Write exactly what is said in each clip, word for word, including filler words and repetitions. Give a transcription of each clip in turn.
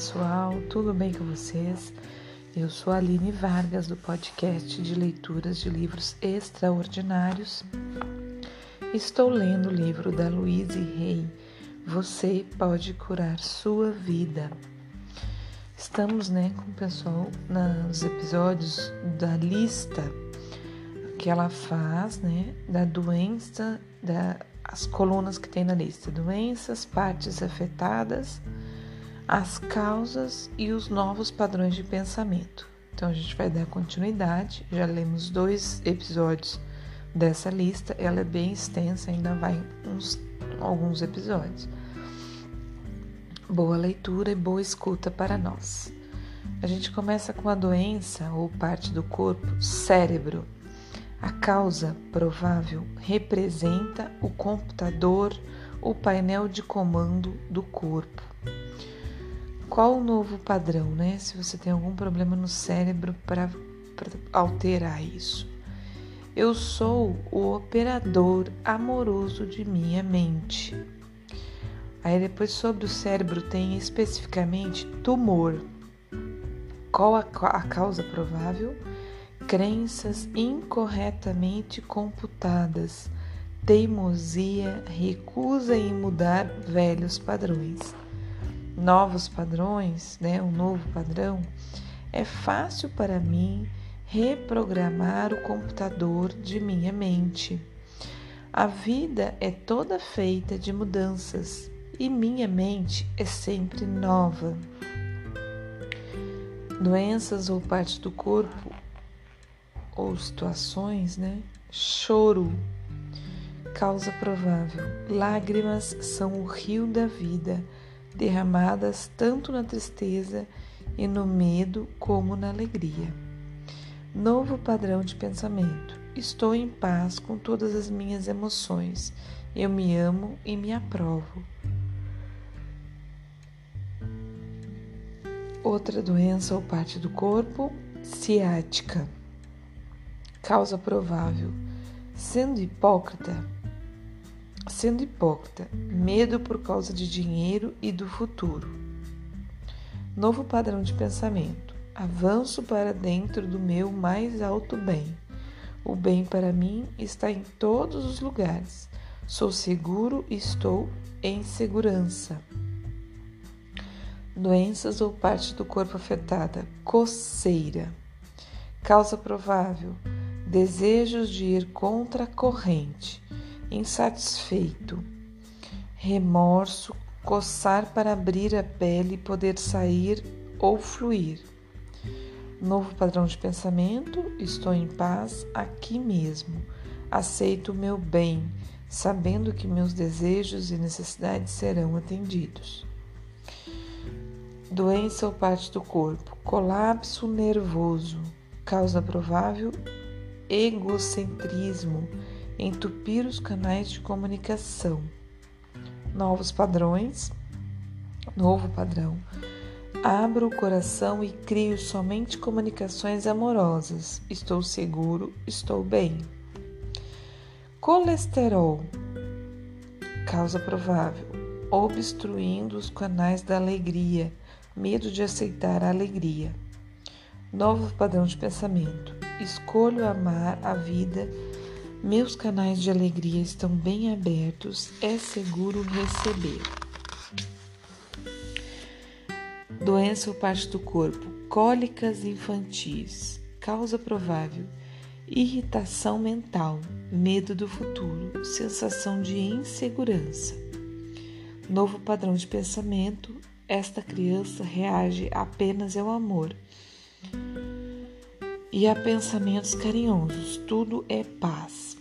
pessoal, tudo bem com vocês? Eu sou a Aline Vargas, do podcast de leituras de livros extraordinários. Estou lendo o livro da Louise Hay, Você Pode Curar Sua Vida. Estamos, né, com o pessoal nos episódios da lista que ela faz, né, da doença, da, as colunas que tem na lista: doenças, partes afetadas, as causas e os novos padrões de pensamento. Então a gente vai dar continuidade. Já lemos dois episódios dessa lista, ela é bem extensa, ainda vai uns alguns episódios. Boa leitura e boa escuta para nós. A gente começa com a doença ou parte do corpo, cérebro. A causa provável representa o computador, o painel de comando do corpo. Qual o novo padrão, né? Se você tem algum problema no cérebro para alterar isso. Eu sou o operador amoroso de minha mente. Aí depois sobre o cérebro tem especificamente tumor. Qual a, a causa provável? Crenças incorretamente computadas, teimosia, recusa em mudar velhos padrões. Novos padrões, né? Um novo padrão. É fácil para mim reprogramar o computador de minha mente. A vida é toda feita de mudanças e minha mente é sempre nova. Doenças ou partes do corpo ou situações, né? Choro, causa provável. Lágrimas são o rio da vida, derramadas tanto na tristeza e no medo como na alegria. Novo padrão de pensamento. Estou em paz com todas as minhas emoções. Eu me amo e me aprovo. Outra doença ou parte do corpo, ciática. Causa provável. Sendo hipócrita, sendo hipócrita, medo por causa de dinheiro e do futuro. Novo padrão de pensamento. Avanço para dentro do meu mais alto bem. O bem para mim está em todos os lugares. Sou seguro e estou em segurança. Doenças ou parte do corpo afetada. Coceira. Causa provável. Desejos de ir contra a corrente. Insatisfeito. Remorso. Coçar para abrir a pele e poder sair ou fluir. Novo padrão de pensamento. Estou em paz aqui mesmo. Aceito o meu bem, sabendo que meus desejos e necessidades serão atendidos. Doença ou parte do corpo. Colapso nervoso. Causa provável. Egocentrismo. Entupir os canais de comunicação. Novos padrões. Novo padrão. Abro o coração e crio somente comunicações amorosas. Estou seguro, estou bem. Colesterol. Causa provável. Obstruindo os canais da alegria. Medo de aceitar a alegria. Novo padrão de pensamento. Escolho amar a vida. Meus canais de alegria estão bem abertos. É seguro receber. Doença ou parte do corpo. Cólicas infantis. Causa provável. Irritação mental. Medo do futuro. Sensação de insegurança. Novo padrão de pensamento. Esta criança reage apenas ao amor e a pensamentos carinhosos. Tudo é paz.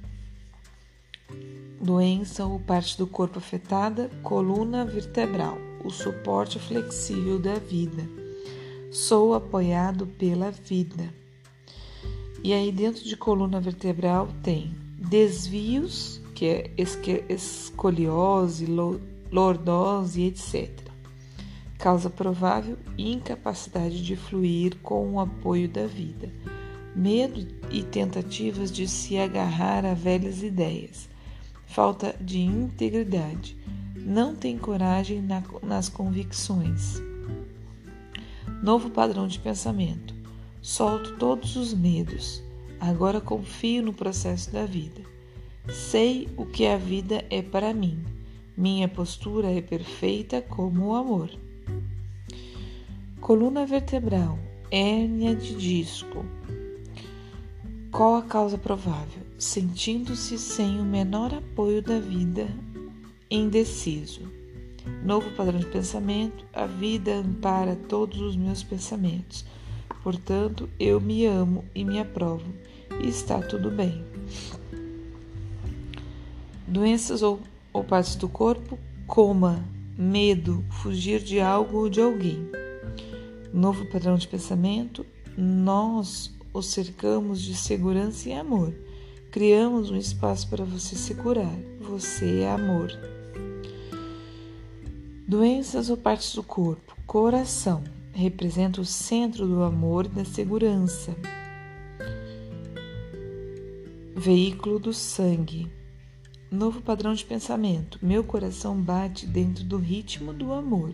Doença ou parte do corpo afetada. Coluna vertebral. O suporte flexível da vida. Sou apoiado pela vida. E aí dentro de coluna vertebral tem desvios, que é escoliose, lordose, etcétera. Causa provável, incapacidade de fluir com o apoio da vida. Medo e tentativas de se agarrar a velhas ideias. Falta de integridade. Não tem coragem na, nas convicções. Novo padrão de pensamento. Solto todos os medos. Agora confio no processo da vida. Sei o que a vida é para mim. Minha postura é perfeita como o amor. Coluna vertebral. Hérnia de disco. Qual a causa provável? Sentindo-se sem o menor apoio da vida, indeciso. Novo padrão de pensamento. A vida ampara todos os meus pensamentos. Portanto, eu me amo e me aprovo. E está tudo bem. Doenças ou, ou partes do corpo. Coma, medo, fugir de algo ou de alguém. Novo padrão de pensamento. Nós o cercamos de segurança e amor. Criamos um espaço para você se curar. Você é amor. Doenças ou partes do corpo. Coração. Representa o centro do amor e da segurança. Veículo do sangue. Novo padrão de pensamento. Meu coração bate dentro do ritmo do amor.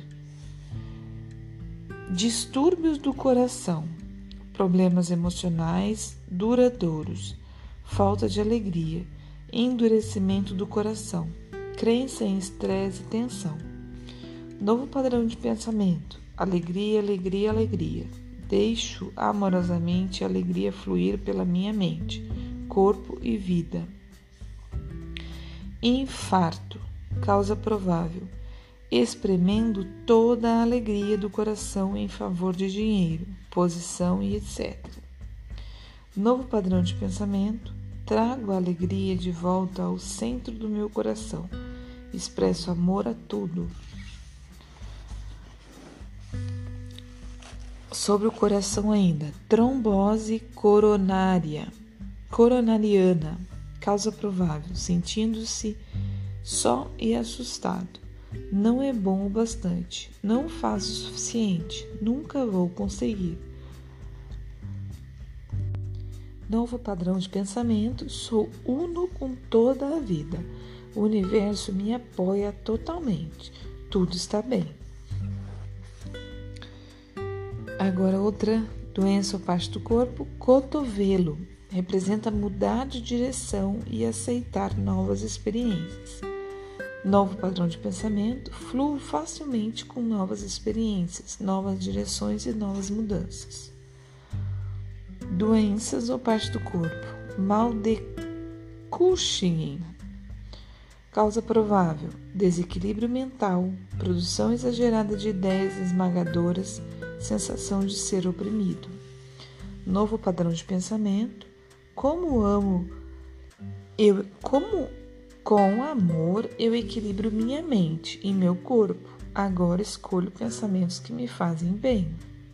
Distúrbios do coração. Problemas emocionais duradouros. Falta de alegria. Endurecimento do coração. Crença em estresse e tensão. Novo padrão de pensamento. Alegria, alegria, alegria. Deixo amorosamente a alegria fluir pela minha mente, corpo e vida. Infarto. Causa provável. Espremendo toda a alegria do coração em favor de dinheiro, posição e etcétera. Novo padrão de pensamento. Trago a alegria de volta ao centro do meu coração. Expresso amor a tudo. Sobre o coração ainda. Trombose coronária. Coronariana. Causa provável. Sentindo-se só e assustado. Não é bom o bastante. Não faço o suficiente. Nunca vou conseguir. Novo padrão de pensamento. Sou uno com toda a vida. O universo me apoia totalmente. Tudo está bem. Agora outra doença ou parte do corpo. Cotovelo. Representa mudar de direção e aceitar novas experiências. Novo padrão de pensamento. Fluo facilmente com novas experiências, novas direções e novas mudanças. Doenças ou parte do corpo. Mal de Cushing. Causa provável. Desequilíbrio mental. Produção exagerada de ideias esmagadoras. Sensação de ser oprimido. Novo padrão de pensamento. Como amo, eu, como com amor eu equilibro minha mente e meu corpo. Agora escolho pensamentos que me fazem bem.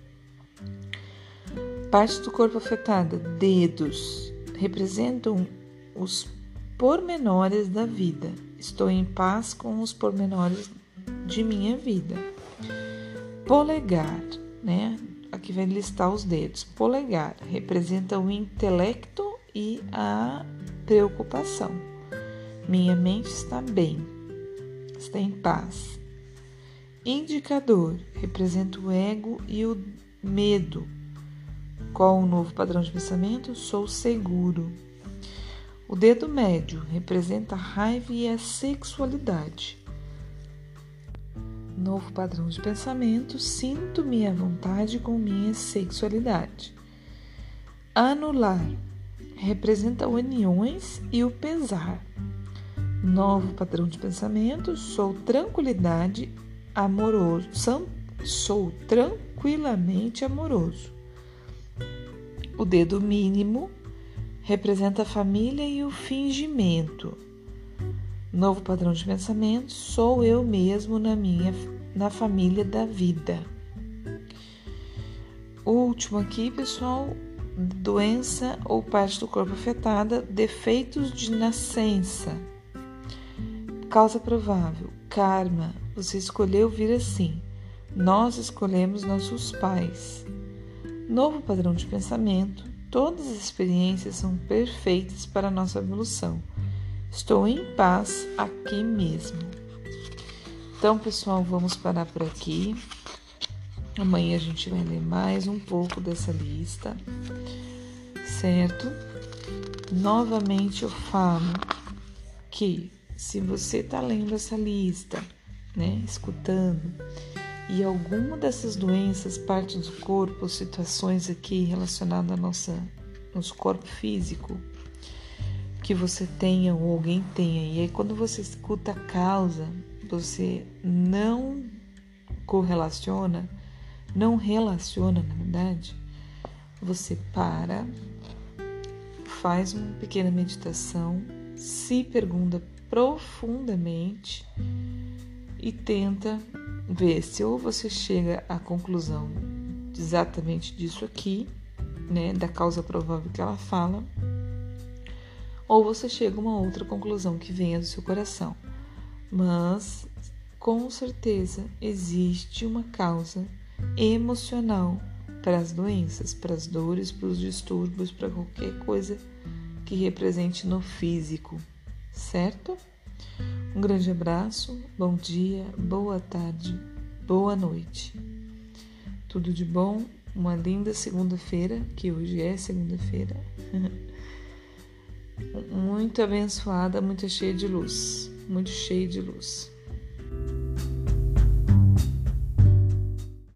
Parte do corpo afetada. Dedos. Representam os pormenores da vida. Estou em paz com os pormenores de minha vida. Polegar, né? Aqui vai listar os dedos. Polegar representa o intelecto e a preocupação. Minha mente está bem, está em paz. Indicador representa o ego e o medo. Qual o novo padrão de pensamento? Sou seguro. O dedo médio representa a raiva e a sexualidade. Novo padrão de pensamento. Sinto-me à vontade com minha sexualidade. Anular representa uniões e o pesar. Novo padrão de pensamento. Sou tranquilidade amoroso. Sou tranquilamente amoroso. O dedo mínimo representa a família e o fingimento. Novo padrão de pensamento. Sou eu mesmo na minha na família da vida. O último aqui, pessoal, doença ou parte do corpo afetada, defeitos de nascença. Causa provável, karma, você escolheu vir assim. Nós escolhemos nossos pais. Novo padrão de pensamento, todas as experiências são perfeitas para a nossa evolução. Estou em paz aqui mesmo. Então, pessoal, vamos parar por aqui. Amanhã a gente vai ler mais um pouco dessa lista, certo? Novamente eu falo que se você está lendo essa lista, né, escutando, e alguma dessas doenças, partes do corpo, situações aqui relacionadas ao nossa, nosso corpo físico, que você tenha ou alguém tenha, e aí quando você escuta a causa, você não correlaciona, não relaciona, na verdade, você para, faz uma pequena meditação, se pergunta profundamente e tenta ver se ou você chega à conclusão exatamente disso aqui, né, da causa provável que ela fala, ou você chega a uma outra conclusão que venha do seu coração. Mas, com certeza, existe uma causa emocional para as doenças, para as dores, para os distúrbios, para qualquer coisa que represente no físico, certo? Um grande abraço, bom dia, boa tarde, boa noite. Tudo de bom, uma linda segunda-feira, que hoje é segunda-feira, muito abençoada, muito cheia de luz, muito cheia de luz.